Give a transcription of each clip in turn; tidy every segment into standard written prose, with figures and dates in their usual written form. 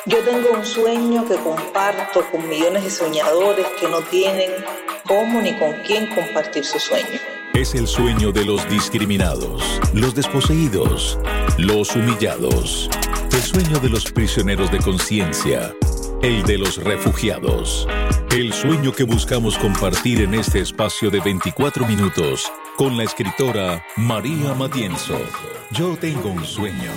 Yo tengo un sueño que comparto con millones de soñadores que no tienen cómo ni con quién compartir su sueño. Es el sueño de los discriminados, los desposeídos, los humillados. El sueño de los prisioneros de conciencia, el de los refugiados. El sueño que buscamos compartir en este espacio de 24 minutos con la escritora María Matienzo. Yo tengo un sueño.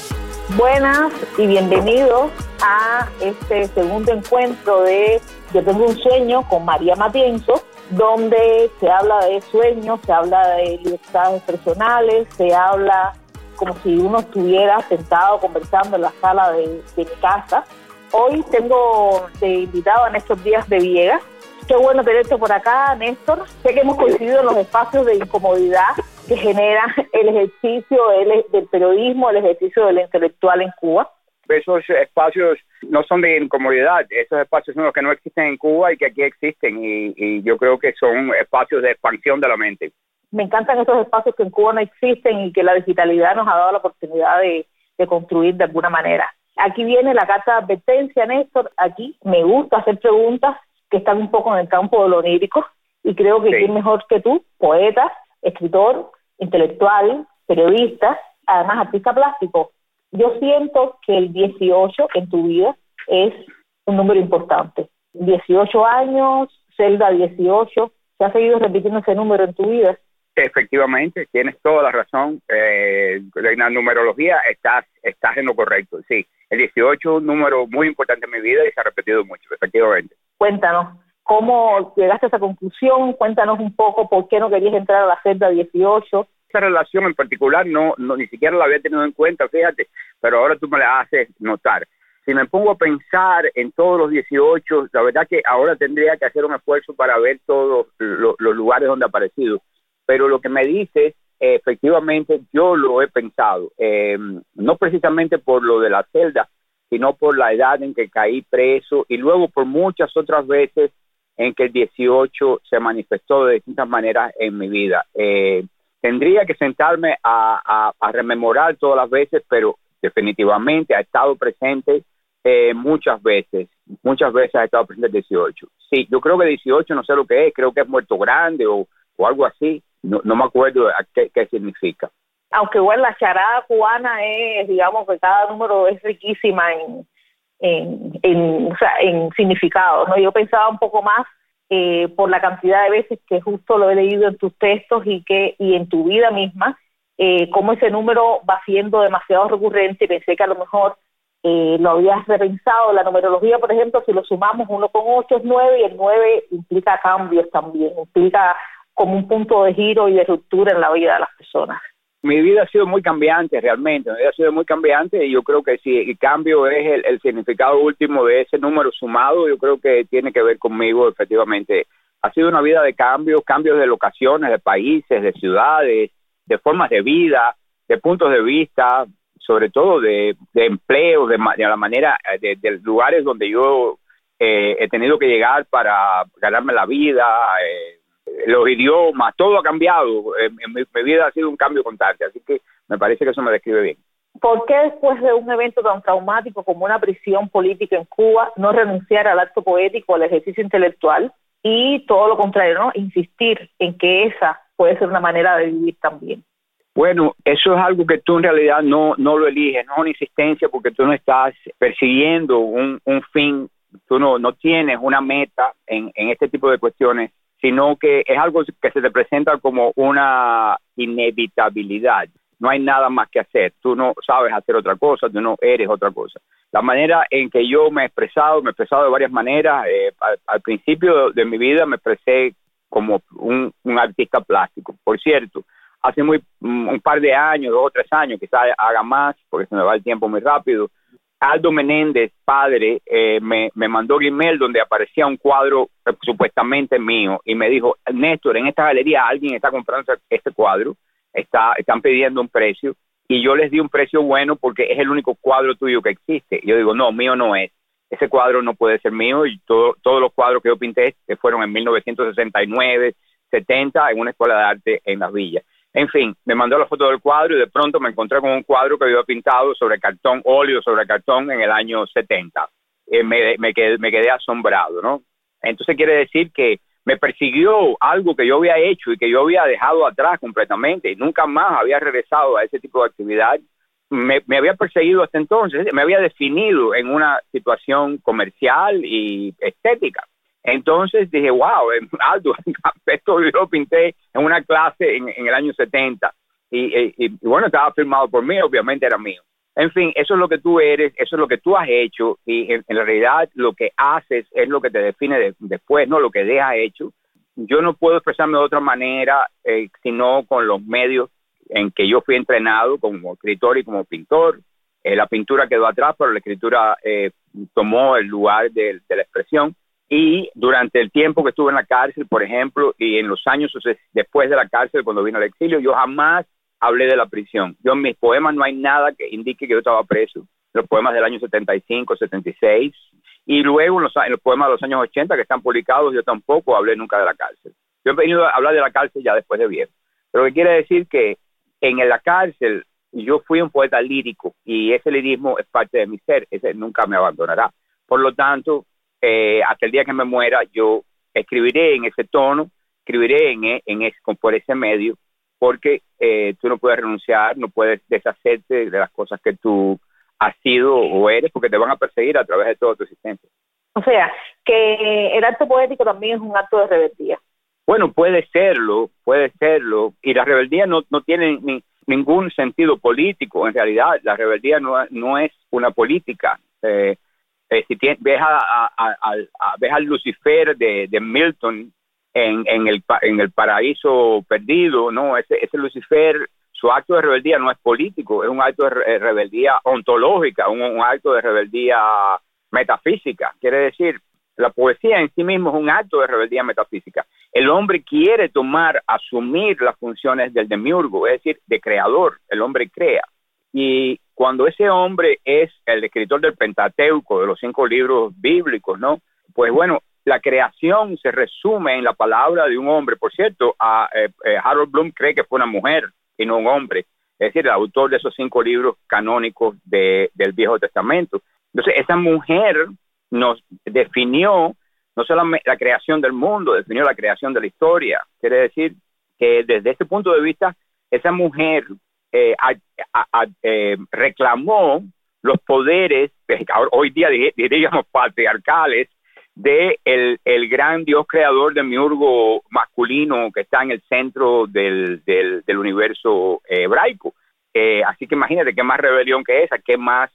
Buenas y bienvenidos a este segundo encuentro de Yo tengo un sueño con María Matienzo, donde se habla de sueños, se habla de libertades personales, se habla como si uno estuviera sentado conversando en la sala de mi casa. Hoy tengo de invitado a Néstor Díaz de Villegas. Qué bueno tenerte por acá, Néstor. Sé que hemos coincidido en los espacios de incomodidad que genera el ejercicio del periodismo, el ejercicio del intelectual en Cuba. Esos espacios no son de incomodidad, esos espacios son los que no existen en Cuba y que aquí existen, y yo creo que son espacios de expansión de la mente. Me encantan esos espacios que en Cuba no existen y que la digitalidad nos ha dado la oportunidad de construir de alguna manera. Aquí viene la carta de advertencia, Néstor. Aquí me gusta hacer preguntas que están un poco en el campo de lo onírico, y creo que quién mejor que tú, poeta, escritor, intelectual, periodista, además artista plástico. Yo siento que el 18 en tu vida es un número importante. 18 años, celda 18, ¿se ha seguido repitiendo ese número en tu vida? Efectivamente, tienes toda la razón. En la numerología estás en lo correcto, sí. El 18 es un número muy importante en mi vida y se ha repetido mucho, efectivamente. Cuéntanos, ¿cómo llegaste a esa conclusión? Cuéntanos un poco por qué no querías entrar a la celda 18. Esa relación en particular no ni siquiera la había tenido en cuenta, fíjate, pero ahora tú me la haces notar. Si me pongo a pensar en todos los 18, la verdad que ahora tendría que hacer un esfuerzo para ver todos los lugares donde ha aparecido. Pero lo que me dices, efectivamente, yo lo he pensado, no precisamente por lo de la celda, sino por la edad en que caí preso y luego por muchas otras veces en que el 18 se manifestó de distintas maneras en mi vida. Tendría que sentarme a rememorar todas las veces, pero definitivamente ha estado presente muchas veces ha estado presente el 18. Sí, yo creo que 18 no sé lo que es, creo que es muerto grande o algo así. No me acuerdo qué significa. Aunque bueno, la charada cubana es, digamos, que cada número es riquísima en significado, ¿no? Yo pensaba un poco más por la cantidad de veces que justo lo he leído en tus textos y en tu vida misma, cómo ese número va siendo demasiado recurrente, y pensé que a lo mejor lo habías repensado. La numerología, por ejemplo, si lo sumamos, 1 con 8 es 9, y el 9 implica cambios también, implica como un punto de giro y de ruptura en la vida de las personas. Mi vida ha sido muy cambiante, realmente. Mi vida ha sido muy cambiante, y yo creo que si el cambio es el significado último de ese número sumado, yo creo que tiene que ver conmigo, efectivamente. Ha sido una vida de cambios de locaciones, de países, de ciudades, de formas de vida, de puntos de vista, sobre todo de empleos, de la manera, de lugares donde yo he tenido que llegar para ganarme la vida, los idiomas, todo ha cambiado. En mi vida ha sido un cambio constante, así que me parece que eso me describe bien. ¿Por qué después de un evento tan traumático como una prisión política en Cuba no renunciar al acto poético, al ejercicio intelectual, y todo lo contrario, ¿no? Insistir en que esa puede ser una manera de vivir también? Bueno, eso es algo que tú en realidad no lo eliges, no es una insistencia, porque tú no estás persiguiendo un fin, tú no tienes una meta en este tipo de cuestiones, sino que es algo que se te presenta como una inevitabilidad. No hay nada más que hacer. Tú no sabes hacer otra cosa, tú no eres otra cosa. La manera en que yo me he expresado de varias maneras. Al principio de mi vida me expresé como un artista plástico. Por cierto, hace un par de años, 2 o 3 años, quizás haga más, porque se me va el tiempo muy rápido, Aldo Menéndez, padre, me mandó un email donde aparecía un cuadro supuestamente mío, y me dijo: Néstor, en esta galería alguien está comprando este cuadro, están pidiendo un precio, y yo les di un precio bueno porque es el único cuadro tuyo que existe. Y yo digo: no, mío no es. Ese cuadro no puede ser mío, y todos los cuadros que yo pinté, que fueron en 1969, 70, en una escuela de arte en Las Villas. En fin, me mandó la foto del cuadro y de pronto me encontré con un cuadro que había pintado sobre cartón, óleo sobre cartón en el año 70. Me quedé asombrado, ¿no? Entonces quiere decir que me persiguió algo que yo había hecho y que yo había dejado atrás completamente y nunca más había regresado a ese tipo de actividad. Me había perseguido hasta entonces, me había definido en una situación comercial y estética. Entonces dije, wow, Aldo, esto yo lo pinté en una clase en el año 70 y bueno, estaba firmado por mí, obviamente era mío. En fin, eso es lo que tú eres, eso es lo que tú has hecho y en realidad lo que haces es lo que te define después, no lo que dejas hecho. Yo no puedo expresarme de otra manera sino con los medios en que yo fui entrenado como escritor y como pintor. La pintura quedó atrás, pero la escritura tomó el lugar de la expresión. Y durante el tiempo que estuve en la cárcel, por ejemplo, y en los años después de la cárcel, cuando vine al exilio, yo jamás hablé de la prisión. Yo en mis poemas no hay nada que indique que yo estaba preso. Los poemas del año 75, 76, y luego en los poemas de los años 80 que están publicados, yo tampoco hablé nunca de la cárcel. Yo he venido a hablar de la cárcel ya después de viejo. Pero que quiere decir que en la cárcel yo fui un poeta lírico y ese lirismo es parte de mi ser, ese nunca me abandonará. Por lo tanto, hasta el día que me muera, yo escribiré en ese tono, escribiré por ese medio, porque tú no puedes renunciar, no puedes deshacerte de las cosas que tú has sido o eres, porque te van a perseguir a través de toda tu existencia. O sea, que el acto poético también es un acto de rebeldía. Bueno, puede serlo, y la rebeldía no tiene ningún sentido político. En realidad, la rebeldía no es una política. Si ves al Lucifer de Milton en el paraíso perdido, no, ese Lucifer, su acto de rebeldía no es político, es un acto de rebeldía ontológica, un acto de rebeldía metafísica. Quiere decir, la poesía en sí mismo es un acto de rebeldía metafísica. El hombre quiere asumir las funciones del demiurgo, es decir, de creador. El hombre crea. Y cuando ese hombre es el escritor del Pentateuco, de los 5 libros bíblicos, ¿no? Pues bueno, la creación se resume en la palabra de un hombre. Por cierto, Harold Bloom cree que fue una mujer y no un hombre. Es decir, el autor de esos 5 libros canónicos del Viejo Testamento. Entonces, esa mujer nos definió no solamente la creación del mundo, definió la creación de la historia. Quiere decir que desde ese punto de vista, esa mujer reclamó los poderes, hoy día diríamos patriarcales, de el gran Dios creador demiurgo masculino que está en el centro del universo hebraico. Así que imagínate qué más rebelión que esa, qué más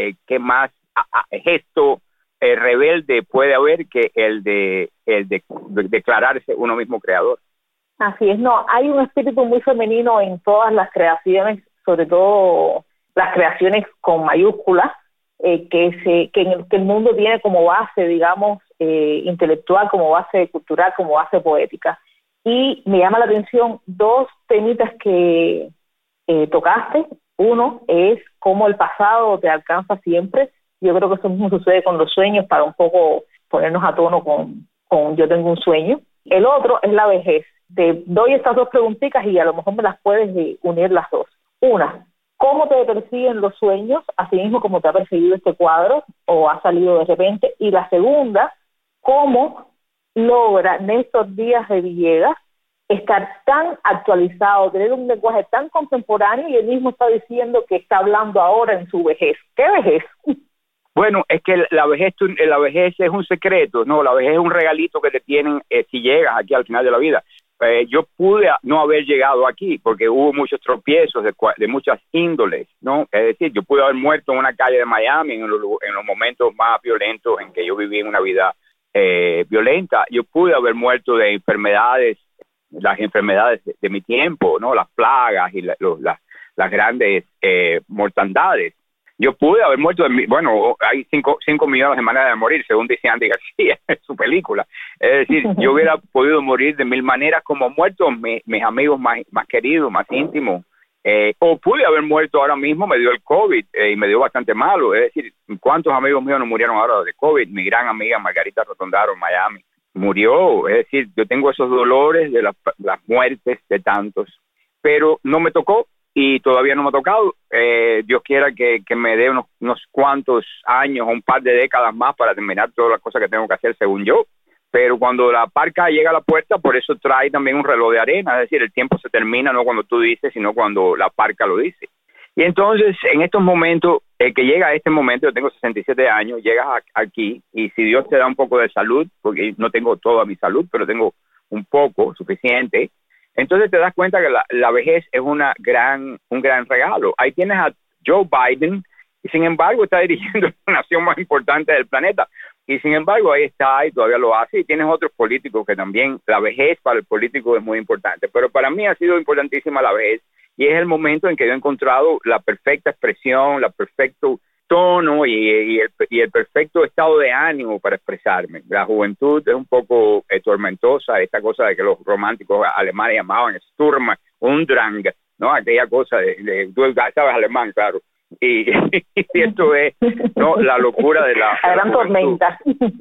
gesto rebelde puede haber que el de declararse uno mismo creador. Así es, no, hay un espíritu muy femenino en todas las creaciones, sobre todo las creaciones con mayúsculas, que el mundo tiene como base, digamos, intelectual, como base cultural, como base poética. Y me llama la atención 2 temitas que tocaste. Uno es cómo el pasado te alcanza siempre. Yo creo que eso mismo sucede con los sueños, para un poco ponernos a tono con Yo tengo un sueño. El otro es la vejez. Te doy estas 2 preguntitas y a lo mejor me las puedes unir las 2. Una, ¿cómo te persiguen los sueños, así mismo como te ha perseguido este cuadro o ha salido de repente? Y la segunda, ¿cómo logra Néstor Díaz de Villegas estar tan actualizado, tener un lenguaje tan contemporáneo, y él mismo está diciendo que está hablando ahora en su vejez? ¿Qué vejez? Bueno, es que la vejez es un secreto, ¿no? La vejez es un regalito que te tienen si llegas aquí al final de la vida. Yo pude no haber llegado aquí porque hubo muchos tropiezos de muchas índoles, ¿no? Es decir, yo pude haber muerto en una calle de Miami en los momentos más violentos en que yo viví en una vida violenta. Yo pude haber muerto de enfermedades, las enfermedades de mi tiempo, ¿no? Las plagas y las grandes mortandades. Yo pude haber muerto hay 5 millones de maneras de morir, según dice Andy García en su película. Es decir, yo hubiera podido morir de 1000 maneras, como muerto mis amigos más queridos, más íntimos. O pude haber muerto ahora mismo, me dio el COVID y me dio bastante malo. Es decir, ¿cuántos amigos míos no murieron ahora de COVID? Mi gran amiga Margarita Rotondaro en Miami murió. Es decir, yo tengo esos dolores de las muertes de tantos. pero no me tocó y todavía no me ha tocado. Dios quiera que me dé unos cuantos años, un par de décadas más para terminar todas las cosas que tengo que hacer según yo. Pero cuando la parca llega a la puerta, por eso trae también un reloj de arena, es decir, el tiempo se termina no cuando tú dices, sino cuando la parca lo dice. Y entonces, en estos momentos, que llega a este momento, yo tengo 67 años, llegas aquí, y si Dios te da un poco de salud, porque no tengo toda mi salud, pero tengo un poco, suficiente, entonces te das cuenta que la vejez es un gran regalo. Ahí tienes a Joe Biden, y sin embargo está dirigiendo la nación más importante del planeta, y sin embargo ahí está y todavía lo hace, y tienes otros políticos que también, la vejez para el político es muy importante, pero para mí ha sido importantísima la vejez, y es el momento en que yo he encontrado la perfecta expresión, el perfecto tono y el perfecto estado de ánimo para expresarme. La juventud es un poco tormentosa, esta cosa de que los románticos alemanes llamaban Sturm und Drang, ¿no? Aquella cosa tú sabes alemán, claro. Y esto es, ¿no?, la locura de la gran tormenta.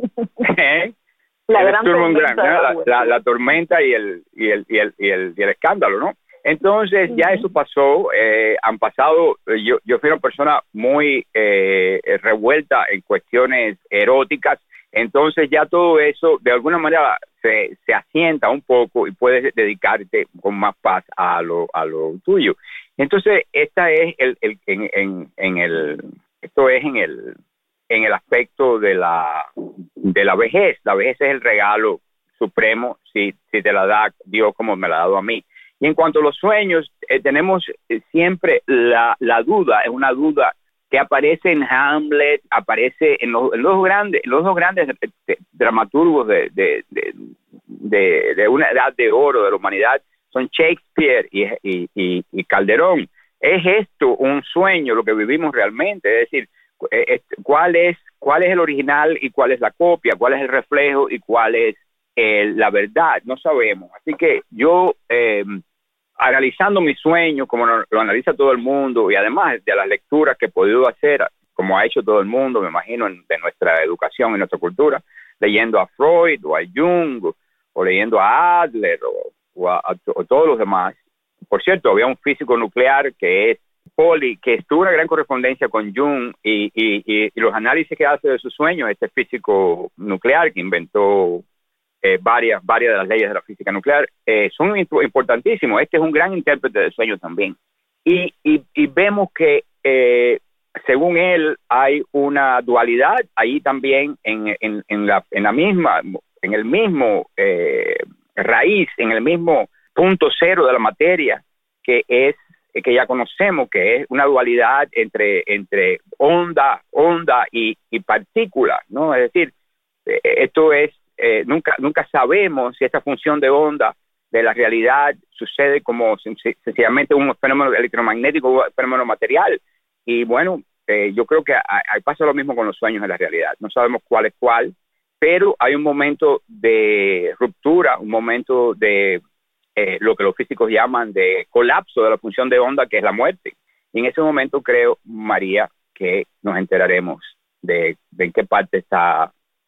La gran tormenta, la tormenta y el escándalo, ¿no? Entonces ya eso pasó, han pasado, yo fui una persona muy revuelta en cuestiones eróticas, entonces ya todo eso de alguna manera se asienta un poco y puedes dedicarte con más paz a lo tuyo. Entonces esta es en el aspecto de la vejez. La vejez es el regalo supremo si te la da Dios como me la ha dado a mí. Y en cuanto a los sueños, tenemos siempre la duda, es una duda que aparece en Hamlet, aparece en los dos grandes dramaturgos de una edad de oro de la humanidad, son Shakespeare y Calderón. ¿Es esto un sueño, lo que vivimos realmente? Es decir, ¿cuál es el original y cuál es la copia? ¿Cuál es el reflejo y cuál es la verdad? No sabemos. Así que yo, analizando mis sueños, como lo analiza todo el mundo, y además de las lecturas que he podido hacer, como ha hecho todo el mundo, me imagino, de nuestra educación y nuestra cultura, leyendo a Freud o a Jung, o leyendo a Adler, o todos los demás. Por cierto, había un físico nuclear que es Pauli, que estuvo en una gran correspondencia con Jung, y los análisis que hace de sus sueños, este físico nuclear que inventó varias de las leyes de la física nuclear, son importantísimos. Este es un gran intérprete de sueños también. Y vemos que, según él, hay una dualidad ahí también en el mismo raíz, en el mismo punto cero de la materia, que ya conocemos, que es una dualidad entre onda y partícula, ¿no? Es decir, esto es, nunca sabemos si esa función de onda de la realidad sucede como sencillamente un fenómeno electromagnético o un fenómeno material. Y bueno, yo creo que pasa lo mismo con los sueños en la realidad. No sabemos cuál es cuál, pero hay un momento de ruptura, un momento de lo que los físicos llaman de colapso de la función de onda, que es la muerte. Y en ese momento creo, María, que nos enteraremos de qué parte está,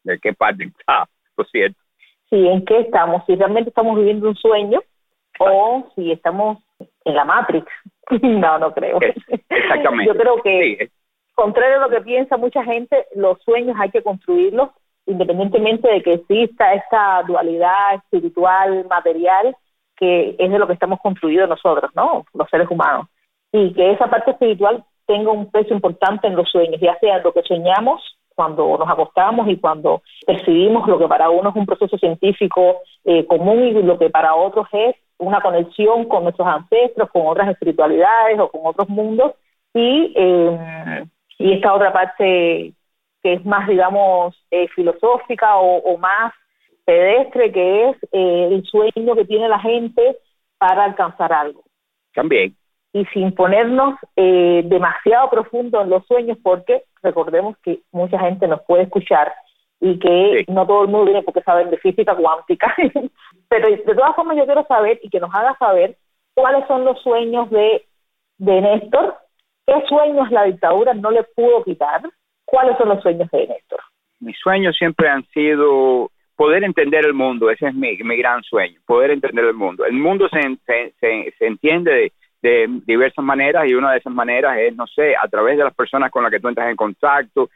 lo cierto. Sí, en qué estamos, si realmente estamos viviendo un sueño o si estamos en la Matrix. No creo. Exactamente. Yo creo que, sí, contrario a lo que piensa mucha gente, los sueños hay que construirlos independientemente de que exista esta dualidad espiritual, material, que es de lo que estamos construidos nosotros, ¿no? Los seres humanos. Y que esa parte espiritual tenga un peso importante en los sueños, ya sea en lo que soñamos cuando nos acostamos y cuando percibimos lo que para uno es un proceso científico común y lo que para otros es una conexión con nuestros ancestros, con otras espiritualidades o con otros mundos, y esta otra parte que es más, digamos, filosófica o más pedestre, que es el sueño que tiene la gente para alcanzar algo. También. Y sin ponernos demasiado profundo en los sueños, porque recordemos que mucha gente nos puede escuchar y que sí, no todo el mundo tiene por qué saber de física cuántica. Pero de todas formas yo quiero saber y que nos haga saber cuáles son los sueños de Néstor, qué sueños la dictadura no le pudo quitar, cuáles son los sueños de Néstor. Mis sueños siempre han sido poder entender el mundo. Ese es mi gran sueño, poder entender el mundo. El mundo se entiende de diversas maneras, y una de esas maneras es, no sé, a través de las personas con las que tú entras en contacto,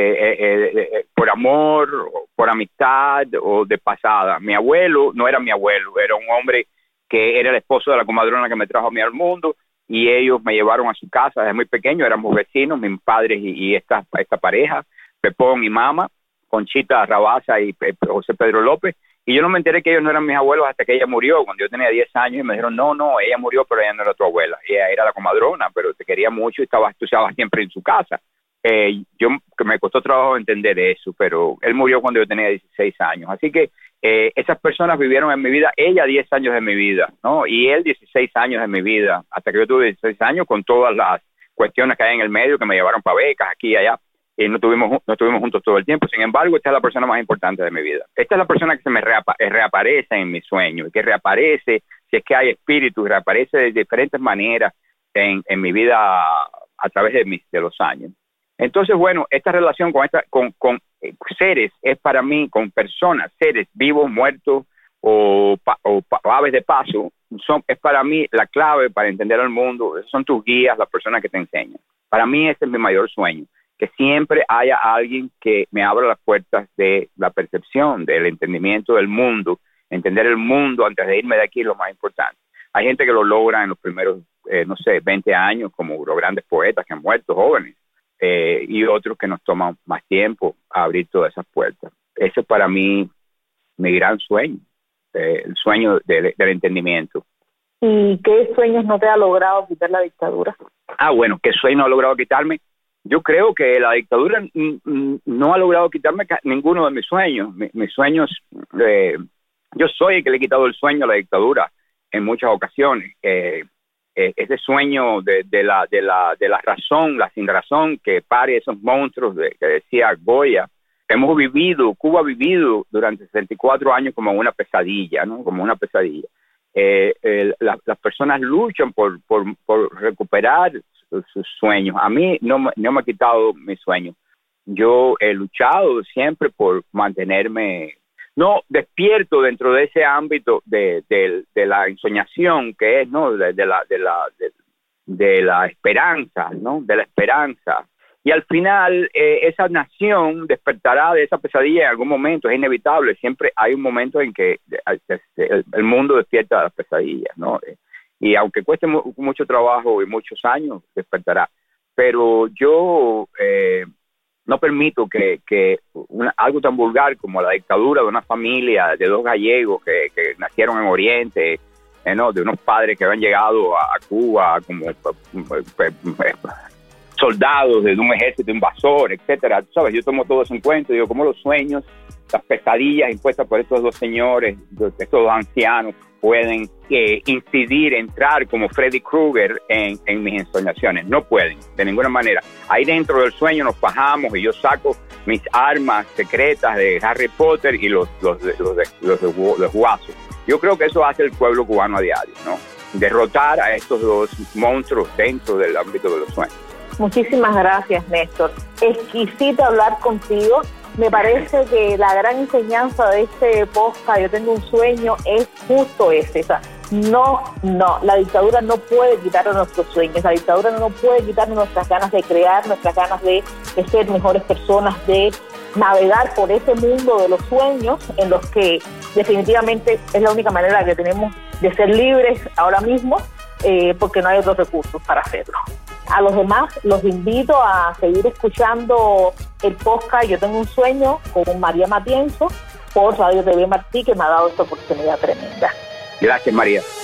por amor, por amistad o de pasada. Mi abuelo no era mi abuelo, era un hombre que era el esposo de la comadrona que me trajo a mí al mundo, y ellos me llevaron a su casa desde muy pequeño. Éramos vecinos, mis padres y esta pareja, Pepón y Mama, Conchita Rabasa y José Pedro López. Y yo no me enteré que ellos no eran mis abuelos hasta que ella murió, cuando yo tenía 10 años, y me dijeron, no, ella murió, pero ella no era tu abuela. Ella era la comadrona, pero te quería mucho y tú estabas siempre en su casa. Que me costó trabajo entender eso, pero él murió cuando yo tenía 16 años. Así que esas personas vivieron en mi vida, ella 10 años de mi vida, ¿no? Y él 16 años de mi vida, hasta que yo tuve 16 años, con todas las cuestiones que hay en el medio, que me llevaron para becas aquí y allá. Y no estuvimos juntos todo el tiempo. Sin embargo, esta es la persona más importante de mi vida. Esta es la persona que se me reaparece en mi sueño, y que reaparece, si es que hay espíritu, reaparece de diferentes maneras en mi vida a través de los años. Entonces, bueno, esta relación con seres es para mí, con personas, seres vivos, muertos o aves de paso, es para mí la clave para entender el mundo. Son tus guías, las personas que te enseñan. Para mí ese es mi mayor sueño, que siempre haya alguien que me abra las puertas de la percepción, del entendimiento del mundo. Entender el mundo antes de irme de aquí es lo más importante. Hay gente que lo logra en los primeros, 20 años, como los grandes poetas que han muerto jóvenes, y otros que nos toman más tiempo a abrir todas esas puertas. Ese es para mí mi gran sueño, el sueño del entendimiento. ¿Y qué sueños no te ha logrado quitar la dictadura? Bueno, ¿qué sueño no ha logrado quitarme? Yo creo que la dictadura no ha logrado quitarme ninguno de mis sueños. Mis sueños, yo soy el que le he quitado el sueño a la dictadura en muchas ocasiones. Ese sueño de la razón, la sin razón, que pare esos monstruos que decía Goya. Cuba ha vivido durante 64 años como una pesadilla, ¿no? Como una pesadilla. Las personas luchan por recuperar sus sueños. A mí no me ha quitado mis sueños. Yo he luchado siempre por mantenerme despierto dentro de ese ámbito de la ensoñación, que es, ¿no? de la esperanza, ¿no? De la esperanza. Y al final esa nación despertará de esa pesadilla en algún momento. Es inevitable. Siempre hay un momento en que el mundo despierta de las pesadillas, ¿no? Y aunque cueste mucho trabajo y muchos años, despertará. Pero yo no permito que algo tan vulgar como la dictadura de una familia de 2 gallegos que nacieron en Oriente, ¿no? De unos padres que habían llegado a Cuba como soldados de un ejército invasor, etcétera. ¿Tú sabes? Yo tomo todo eso en cuenta y digo, ¿cómo los sueños, las pesadillas impuestas por estos 2 señores, estos 2 ancianos, pueden incidir, entrar como Freddy Krueger en mis ensoñaciones? No pueden, de ninguna manera. Ahí dentro del sueño nos bajamos y yo saco mis armas secretas de Harry Potter y los guasos. Yo creo que eso hace el pueblo cubano a diario, ¿no? Derrotar a estos 2 monstruos dentro del ámbito de los sueños. Muchísimas gracias, Néstor. Exquisito hablar contigo. Me parece que la gran enseñanza de este podcast, Yo tengo un sueño, es justo ese. O sea, la dictadura no puede quitarnos nuestros sueños, la dictadura no puede quitarnos nuestras ganas de crear, nuestras ganas de ser mejores personas, de navegar por ese mundo de los sueños, en los que definitivamente es la única manera que tenemos de ser libres ahora mismo, porque no hay otros recursos para hacerlo. A los demás los invito a seguir escuchando el podcast Yo tengo un sueño con María Matienzo por Radio TV Martí, que me ha dado esta oportunidad tremenda. Gracias, María.